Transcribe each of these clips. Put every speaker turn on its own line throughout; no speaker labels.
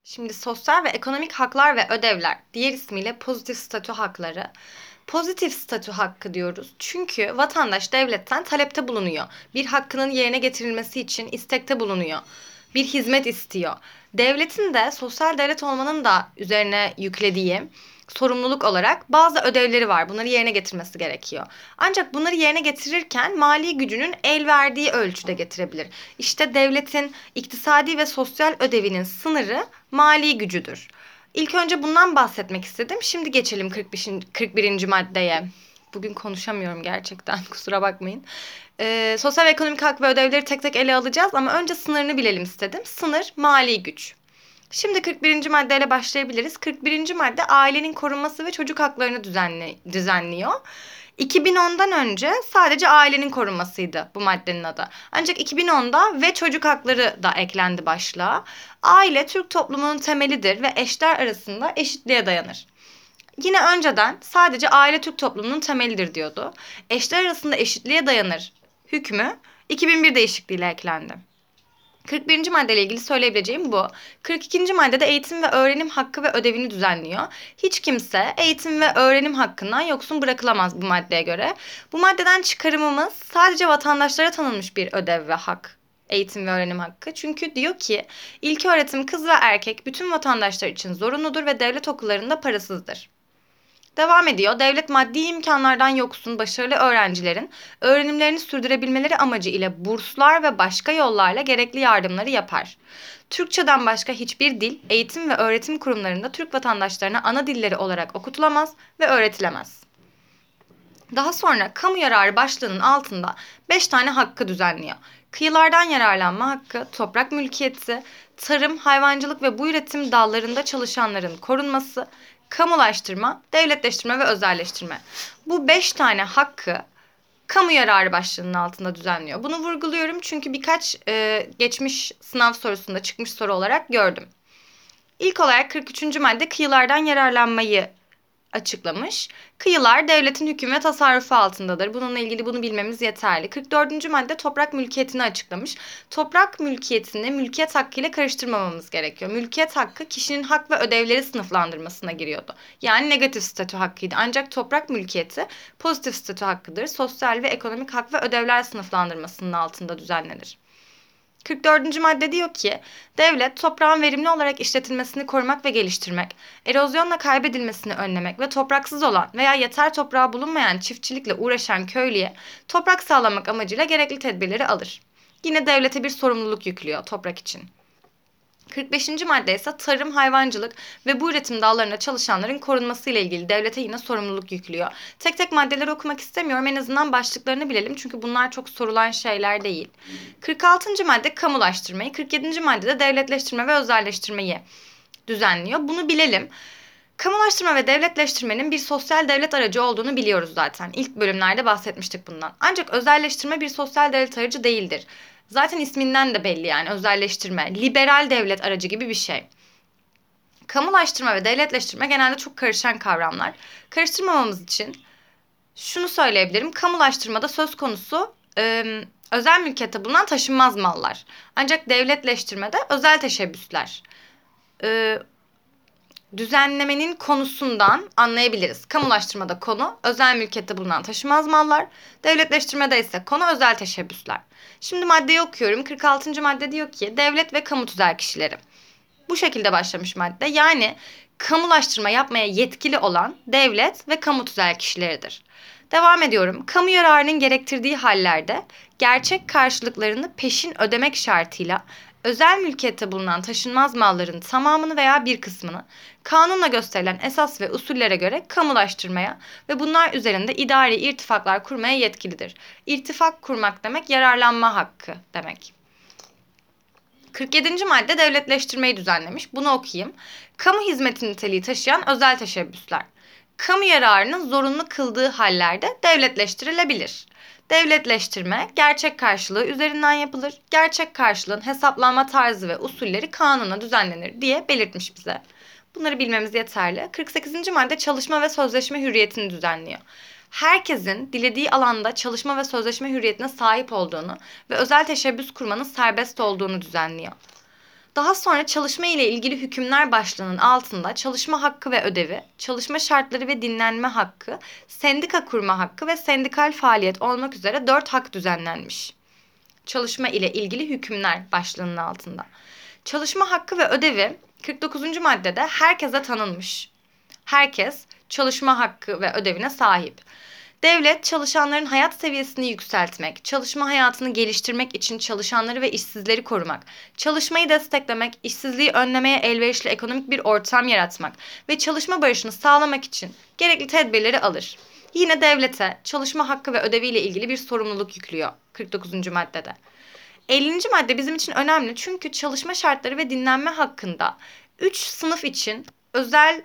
Şimdi sosyal ve ekonomik haklar ve ödevler, diğer ismiyle pozitif statü hakları. Pozitif statü hakkı diyoruz çünkü vatandaş devletten talepte bulunuyor. Bir hakkının yerine getirilmesi için istekte bulunuyor. Bir hizmet istiyor. Devletin de sosyal devlet olmanın da üzerine yüklediği sorumluluk olarak bazı ödevleri var. Bunları yerine getirmesi gerekiyor. Ancak bunları yerine getirirken mali gücünün el verdiği ölçüde getirebilir. İşte devletin iktisadi ve sosyal ödevinin sınırı mali gücüdür. İlk önce bundan bahsetmek istedim. Şimdi geçelim 41. maddeye. Bugün konuşamıyorum gerçekten kusura bakmayın. Sosyal ve ekonomik hak ve ödevleri tek tek ele alacağız ama önce sınırını bilelim istedim. Sınır mali güç. Şimdi 41. maddeyle başlayabiliriz. 41. madde ailenin korunması ve çocuk haklarını düzenliyor. 2010'dan önce sadece ailenin korunmasıydı bu maddenin adı. Ancak 2010'da ve çocuk hakları da eklendi başlığa. Aile Türk toplumunun temelidir ve eşler arasında eşitliğe dayanır. Yine önceden sadece aile Türk toplumunun temelidir diyordu. Eşler arasında eşitliğe dayanır hükmü 2001 değişikliğiyle eklendi. 41. maddeyle ilgili söyleyebileceğim bu. 42. maddede eğitim ve öğrenim hakkı ve ödevini düzenliyor. Hiç kimse eğitim ve öğrenim hakkından yoksun bırakılamaz bu maddeye göre. Bu maddeden çıkarımımız sadece vatandaşlara tanınmış bir ödev ve hak. Eğitim ve öğrenim hakkı. Çünkü diyor ki ilköğretim kız ve erkek bütün vatandaşlar için zorunludur ve devlet okullarında parasızdır. Devam ediyor. Devlet maddi imkanlardan yoksun başarılı öğrencilerin öğrenimlerini sürdürebilmeleri amacı ile burslar ve başka yollarla gerekli yardımları yapar. Türkçeden başka hiçbir dil, eğitim ve öğretim kurumlarında Türk vatandaşlarına ana dilleri olarak okutulamaz ve öğretilemez. Daha sonra kamu yararı başlığının altında 5 tane hakkı düzenliyor. Kıyılardan yararlanma hakkı, toprak mülkiyeti, tarım, hayvancılık ve bu üretim dallarında çalışanların korunması, kamulaştırma, devletleştirme ve özelleştirme. Bu 5 tane hakkı kamu yararı başlığının altında düzenliyor. Bunu vurguluyorum çünkü birkaç geçmiş sınav sorusunda çıkmış soru olarak gördüm. İlk olarak 43. madde kıyılardan yararlanmayı açıklamış. Kıyılar devletin hüküm ve tasarrufu altındadır. Bununla ilgili bunu bilmemiz yeterli. 44. madde toprak mülkiyetini açıklamış. Toprak mülkiyetini mülkiyet hakkı ile karıştırmamamız gerekiyor. Mülkiyet hakkı kişinin hak ve ödevleri sınıflandırmasına giriyordu. Yani negatif statü hakkıydı. Ancak toprak mülkiyeti pozitif statü hakkıdır. Sosyal ve ekonomik hak ve ödevler sınıflandırmasının altında düzenlenir. 44. madde diyor ki, devlet toprağın verimli olarak işletilmesini korumak ve geliştirmek, erozyonla kaybedilmesini önlemek ve topraksız olan veya yeter toprağı bulunmayan çiftçilikle uğraşan köylüye toprak sağlamak amacıyla gerekli tedbirleri alır. Yine devlete bir sorumluluk yüklüyor toprak için. 45. madde ise tarım, hayvancılık ve bu üretim dallarında çalışanların korunması ile ilgili devlete yine sorumluluk yüklüyor. Tek tek maddeleri okumak istemiyorum. En azından başlıklarını bilelim çünkü bunlar çok sorulan şeyler değil. 46. madde kamulaştırmayı, 47. maddede devletleştirme ve özelleştirmeyi düzenliyor. Bunu bilelim. Kamulaştırma ve devletleştirmenin bir sosyal devlet aracı olduğunu biliyoruz zaten. İlk bölümlerde bahsetmiştik bundan. Ancak özelleştirme bir sosyal devlet aracı değildir. Zaten isminden de belli yani özelleştirme, liberal devlet aracı gibi bir şey. Kamulaştırma ve devletleştirme genelde çok karışan kavramlar. Karıştırmamamız için şunu söyleyebilirim. Kamulaştırmada söz konusu özel mülkiyette bulunan taşınmaz mallar. Ancak devletleştirmede özel teşebbüsler. Düzenlemenin konusundan anlayabiliriz. Kamulaştırmada konu özel mülkiyette bulunan taşınmaz mallar, devletleştirmede ise konu özel teşebbüsler. Şimdi maddeyi okuyorum. 46. madde diyor ki devlet ve kamu tüzel kişileri. Bu şekilde başlamış madde. Yani kamulaştırma yapmaya yetkili olan devlet ve kamu tüzel kişileridir. Devam ediyorum. Kamu yararının gerektirdiği hallerde gerçek karşılıklarını peşin ödemek şartıyla özel mülkiyette bulunan taşınmaz malların tamamını veya bir kısmını kanunla gösterilen esas ve usullere göre kamulaştırmaya ve bunlar üzerinde idari irtifaklar kurmaya yetkilidir. İrtifak kurmak demek yararlanma hakkı demek. 47. madde devletleştirmeyi düzenlemiş. Bunu okuyayım. Kamu hizmeti niteliği taşıyan özel teşebbüsler. Kamu yararının zorunlu kıldığı hallerde devletleştirilebilir. Devletleştirme gerçek karşılığı üzerinden yapılır. Gerçek karşılığın hesaplanma tarzı ve usulleri kanuna düzenlenir diye belirtmiş bize. Bunları bilmemiz yeterli. 48. madde çalışma ve sözleşme hürriyetini düzenliyor. Herkesin dilediği alanda çalışma ve sözleşme hürriyetine sahip olduğunu ve özel teşebbüs kurmanın serbest olduğunu düzenliyor. Daha sonra çalışma ile ilgili hükümler başlığının altında çalışma hakkı ve ödevi, çalışma şartları ve dinlenme hakkı, sendika kurma hakkı ve sendikal faaliyet olmak üzere 4 hak düzenlenmiş. Çalışma ile ilgili hükümler başlığının altında. Çalışma hakkı ve ödevi 49. maddede herkese tanınmış. Herkes çalışma hakkı ve ödevine sahip. Devlet, çalışanların hayat seviyesini yükseltmek, çalışma hayatını geliştirmek için çalışanları ve işsizleri korumak, çalışmayı desteklemek, işsizliği önlemeye elverişli ekonomik bir ortam yaratmak ve çalışma barışını sağlamak için gerekli tedbirleri alır. Yine devlete çalışma hakkı ve ödeviyle ilgili bir sorumluluk yüklüyor 49. maddede. 50. madde bizim için önemli çünkü çalışma şartları ve dinlenme hakkında 3 sınıf için özel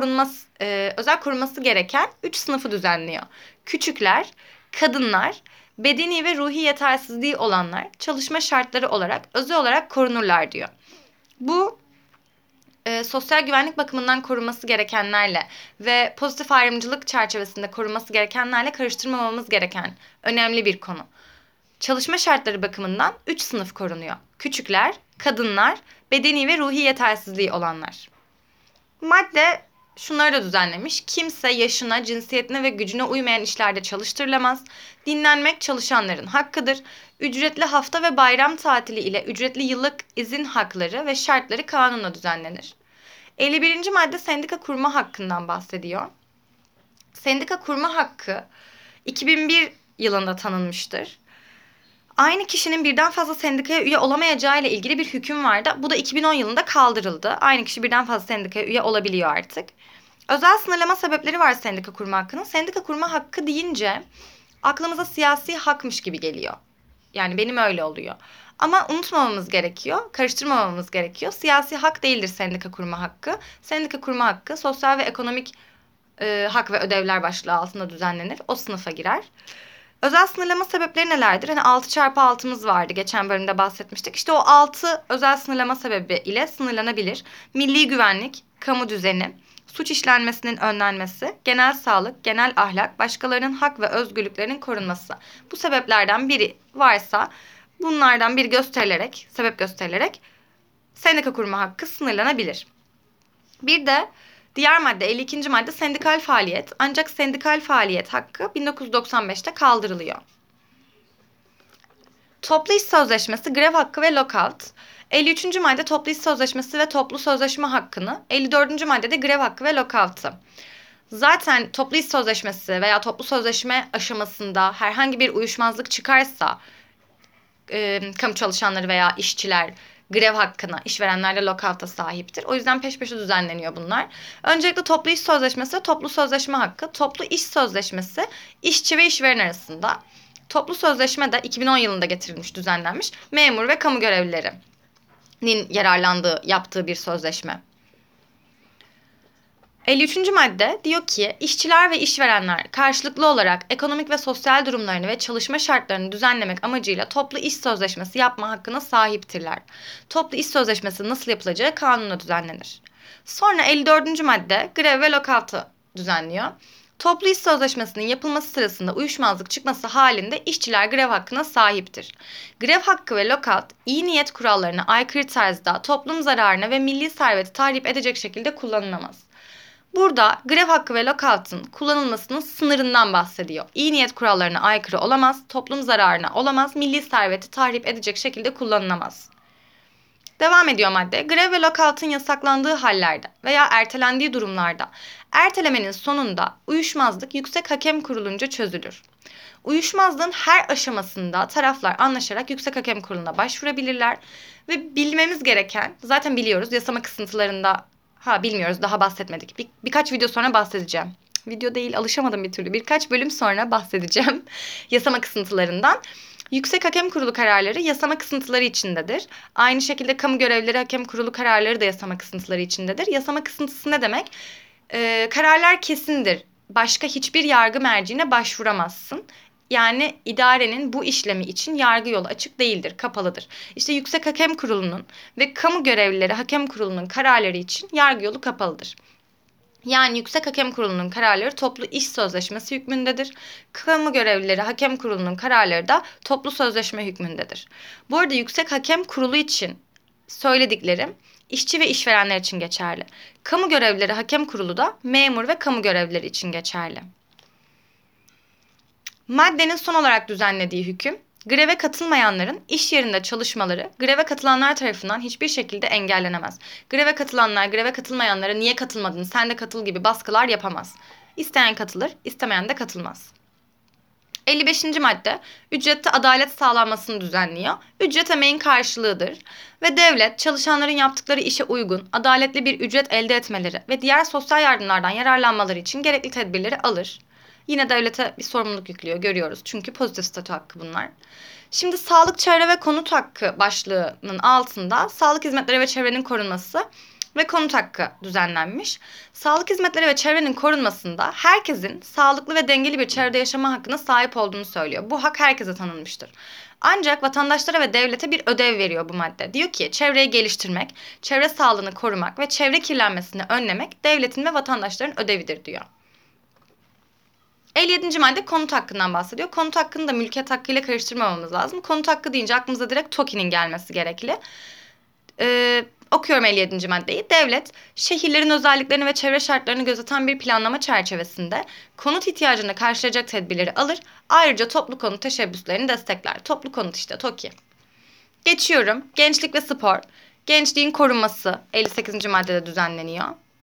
korunması gereken 3 sınıfı düzenliyor. Küçükler, kadınlar, bedeni ve ruhi yetersizliği olanlar çalışma şartları olarak özel olarak korunurlar diyor. Bu sosyal güvenlik bakımından korunması gerekenlerle ve pozitif ayrımcılık çerçevesinde korunması gerekenlerle karıştırmamamız gereken önemli bir konu. Çalışma şartları bakımından 3 sınıf korunuyor. Küçükler, kadınlar, bedeni ve ruhi yetersizliği olanlar. Madde şunları da düzenlemiş. Kimse yaşına, cinsiyetine ve gücüne uymayan işlerde çalıştırılamaz. Dinlenmek çalışanların hakkıdır. Ücretli hafta ve bayram tatili ile ücretli yıllık izin hakları ve şartları kanunla düzenlenir. 51. madde sendika kurma hakkından bahsediyor. Sendika kurma hakkı 2001 yılında tanınmıştır. Aynı kişinin birden fazla sendikaya üye olamayacağı ile ilgili bir hüküm vardı. Bu da 2010 yılında kaldırıldı. Aynı kişi birden fazla sendikaya üye olabiliyor artık. Özel sınırlama sebepleri var sendika kurma hakkının. Sendika kurma hakkı deyince aklımıza siyasi hakmış gibi geliyor. Yani benim öyle oluyor. Ama unutmamamız gerekiyor, karıştırmamamız gerekiyor. Siyasi hak değildir sendika kurma hakkı. Sendika kurma hakkı sosyal ve ekonomik hak ve ödevler başlığı altında düzenlenir. O sınıfa girer. Özel sınırlama sebepleri nelerdir? Hani 6x6'mız vardı. Geçen bölümde bahsetmiştik. İşte o 6 özel sınırlama sebebi ile sınırlanabilir. Milli güvenlik, kamu düzeni, suç işlenmesinin önlenmesi, genel sağlık, genel ahlak, başkalarının hak ve özgürlüklerinin korunması. Bu sebeplerden biri varsa bunlardan biri sebep gösterilerek sendika kurma hakkı sınırlanabilir. Bir de diğer madde 52. madde sendikal faaliyet. Ancak sendikal faaliyet hakkı 1995'te kaldırılıyor. Toplu iş sözleşmesi, grev hakkı ve lockout. 53. madde toplu iş sözleşmesi ve toplu sözleşme hakkını, 54. maddede grev hakkı ve lockout'ı. Zaten toplu iş sözleşmesi veya toplu sözleşme aşamasında herhangi bir uyuşmazlık çıkarsa kamu çalışanları veya işçiler grev hakkına, işverenler de lockout'a sahiptir. O yüzden peş peşe düzenleniyor bunlar. Öncelikle toplu iş sözleşmesi ve toplu sözleşme hakkı. Toplu iş sözleşmesi işçi ve işveren arasında. Toplu sözleşme de 2010 yılında getirilmiş, düzenlenmiş. Memur ve kamu görevlilerinin yaptığı bir sözleşme. 53. madde diyor ki işçiler ve işverenler karşılıklı olarak ekonomik ve sosyal durumlarını ve çalışma şartlarını düzenlemek amacıyla toplu iş sözleşmesi yapma hakkına sahiptirler. Toplu iş sözleşmesi nasıl yapılacağı kanunla düzenlenir. Sonra 54. madde grev ve lockout'u düzenliyor. Toplu iş sözleşmesinin yapılması sırasında uyuşmazlık çıkması halinde işçiler grev hakkına sahiptir. Grev hakkı ve lockout iyi niyet kurallarına aykırı tarzda toplum zararına ve milli serveti tahrip edecek şekilde kullanılamaz. Burada grev hakkı ve lockout'un kullanılmasının sınırından bahsediyor. İyi niyet kurallarına aykırı olamaz, toplum zararına olamaz, milli serveti tahrip edecek şekilde kullanılamaz. Devam ediyor madde. Grev ve lockout'un yasaklandığı hallerde veya ertelendiği durumlarda ertelemenin sonunda uyuşmazlık Yüksek Hakem Kurulu'nca çözülür. Uyuşmazlığın her aşamasında taraflar anlaşarak Yüksek Hakem Kurulu'na başvurabilirler ve bilmemiz gereken, zaten biliyoruz yasama kısıntılarında bilmiyoruz, daha bahsetmedik. Birkaç video sonra bahsedeceğim. Video değil, alışamadım bir türlü. Birkaç bölüm sonra bahsedeceğim yasama kısıntılarından. Yüksek Hakem Kurulu kararları yasama kısıntıları içindedir. Aynı şekilde kamu görevlileri hakem kurulu kararları da yasama kısıntıları içindedir. Yasama kısıntısı ne demek? Kararlar kesindir. Başka hiçbir yargı merciine başvuramazsın. Yani idarenin bu işlemi için yargı yolu açık değildir, kapalıdır. İşte Yüksek Hakem Kurulu'nun ve kamu görevlileri hakem kurulunun kararları için yargı yolu kapalıdır. Yani Yüksek Hakem Kurulu'nun kararları toplu iş sözleşmesi hükmündedir. Kamu görevlileri hakem kurulunun kararları da toplu sözleşme hükmündedir. Bu arada Yüksek Hakem Kurulu için söylediklerim işçi ve işverenler için geçerli. Kamu görevlileri hakem kurulu da memur ve kamu görevlileri için geçerli. Maddenin son olarak düzenlediği hüküm, greve katılmayanların iş yerinde çalışmaları greve katılanlar tarafından hiçbir şekilde engellenemez. Greve katılanlar greve katılmayanlara niye katılmadın, sen de katıl gibi baskılar yapamaz. İsteyen katılır, istemeyen de katılmaz. 55. madde ücrette adalet sağlanmasını düzenliyor. Ücret emeğin karşılığıdır ve devlet çalışanların yaptıkları işe uygun, adaletli bir ücret elde etmeleri ve diğer sosyal yardımlardan yararlanmaları için gerekli tedbirleri alır. Yine devlete bir sorumluluk yüklüyor, görüyoruz. Çünkü pozitif statü hakkı bunlar. Şimdi sağlık, çevre ve konut hakkı başlığının altında sağlık hizmetleri ve çevrenin korunması ve konut hakkı düzenlenmiş. Sağlık hizmetleri ve çevrenin korunmasında herkesin sağlıklı ve dengeli bir çevrede yaşama hakkına sahip olduğunu söylüyor. Bu hak herkese tanınmıştır. Ancak vatandaşlara ve devlete bir ödev veriyor bu madde. Diyor ki çevreyi geliştirmek, çevre sağlığını korumak ve çevre kirlenmesini önlemek devletin ve vatandaşların ödevidir diyor. 57. madde konut hakkından bahsediyor. Konut hakkını da mülkiyet hakkıyla karıştırmamamız lazım. Konut hakkı deyince aklımıza direkt TOKİ'nin gelmesi gerekli. Okuyorum 57. maddeyi. Devlet, şehirlerin özelliklerini ve çevre şartlarını gözeten bir planlama çerçevesinde konut ihtiyacını karşılayacak tedbirleri alır. Ayrıca toplu konut teşebbüslerini destekler. Toplu konut işte TOKİ. Geçiyorum. Gençlik ve spor. Gençliğin korunması 58. maddede düzenleniyor.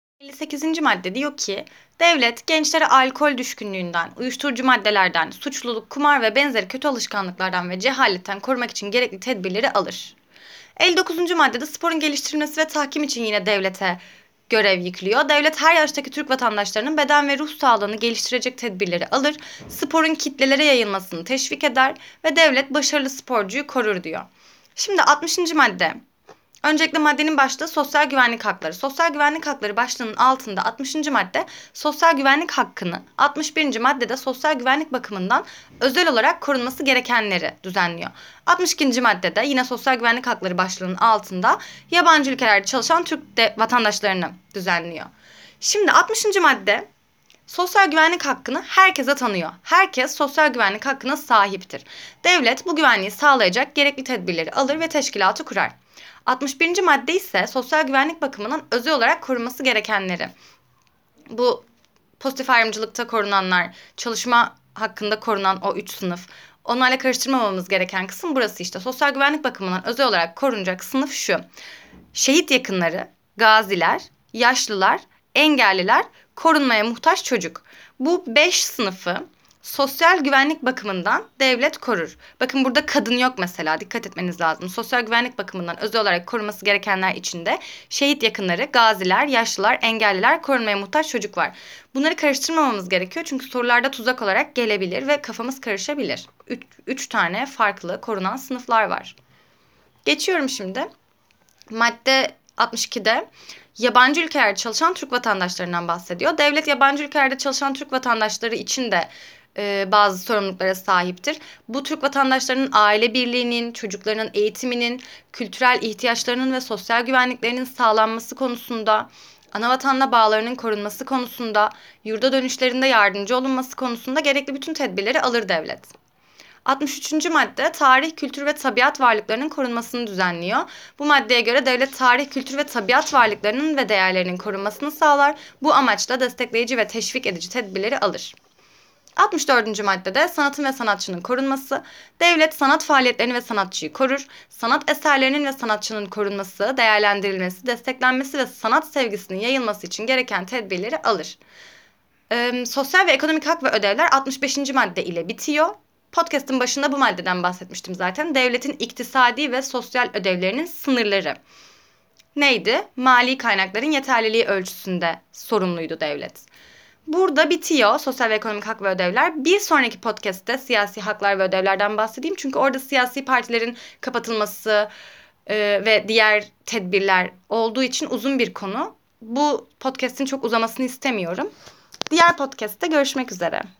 58. madde diyor ki, devlet gençlere alkol düşkünlüğünden, uyuşturucu maddelerden, suçluluk, kumar ve benzeri kötü alışkanlıklardan ve cehaletten korumak için gerekli tedbirleri alır. 59. maddede sporun geliştirilmesi ve tahkim için yine devlete görev yüklüyor. Devlet her yaştaki Türk vatandaşlarının beden ve ruh sağlığını geliştirecek tedbirleri alır. Sporun kitlelere yayılmasını teşvik eder ve devlet başarılı sporcuyu korur diyor. Şimdi 60. madde. Öncelikle maddenin başlığı sosyal güvenlik hakları. Sosyal güvenlik hakları başlığının altında 60. madde sosyal güvenlik hakkını, 61. maddede sosyal güvenlik bakımından özel olarak korunması gerekenleri düzenliyor. 62. maddede yine sosyal güvenlik hakları başlığının altında yabancı ülkelerde çalışan Türk vatandaşlarını düzenliyor. Şimdi 60. madde sosyal güvenlik hakkını herkese tanıyor. Herkes sosyal güvenlik hakkına sahiptir. Devlet bu güvenliği sağlayacak gerekli tedbirleri alır ve teşkilatı kurar. 61. madde ise sosyal güvenlik bakımından özel olarak korunması gerekenleri. Bu pozitif ayrımcılıkta korunanlar, çalışma hakkında korunan o 3 sınıf. Onlarla karıştırmamamız gereken kısım burası işte. Sosyal güvenlik bakımından özel olarak korunacak sınıf şu. Şehit yakınları, gaziler, yaşlılar, engelliler, korunmaya muhtaç çocuk. Bu 5 sınıfı sosyal güvenlik bakımından devlet korur. Bakın burada kadın yok mesela, dikkat etmeniz lazım. Sosyal güvenlik bakımından özel olarak korunması gerekenler içinde şehit yakınları, gaziler, yaşlılar, engelliler, korunmaya muhtaç çocuk var. Bunları karıştırmamamız gerekiyor çünkü sorularda tuzak olarak gelebilir ve kafamız karışabilir. 3 tane farklı korunan sınıflar var. Geçiyorum şimdi. Madde 62'de yabancı ülkelerde çalışan Türk vatandaşlarından bahsediyor. Devlet yabancı ülkelerde çalışan Türk vatandaşları için de bazı sorumluluklara sahiptir. Bu Türk vatandaşlarının aile birliğinin, çocuklarının eğitiminin, kültürel ihtiyaçlarının ve sosyal güvenliklerinin sağlanması konusunda, ana vatanla bağlarının korunması konusunda, yurda dönüşlerinde yardımcı olunması konusunda gerekli bütün tedbirleri alır devlet. 63. madde tarih, kültür ve tabiat varlıklarının korunmasını düzenliyor. Bu maddeye göre devlet tarih, kültür ve tabiat varlıklarının ve değerlerinin korunmasını sağlar. Bu amaçla destekleyici ve teşvik edici tedbirleri alır. 64. maddede sanatın ve sanatçının korunması. Devlet sanat faaliyetlerini ve sanatçıyı korur. Sanat eserlerinin ve sanatçının korunması, değerlendirilmesi, desteklenmesi ve sanat sevgisinin yayılması için gereken tedbirleri alır. Sosyal ve ekonomik hak ve ödevler 65. madde ile bitiyor. Podcast'ın başında bu maddeden bahsetmiştim zaten. Devletin iktisadi ve sosyal ödevlerinin sınırları. Neydi? Mali kaynakların yeterliliği ölçüsünde sorumluydu devlet. Burada bitiyor sosyal ve ekonomik hak ve ödevler. Bir sonraki podcast'te siyasi haklar ve ödevlerden bahsedeyim. Çünkü orada siyasi partilerin kapatılması ve diğer tedbirler olduğu için uzun bir konu. Bu podcast'in çok uzamasını istemiyorum. Diğer podcast'te görüşmek üzere.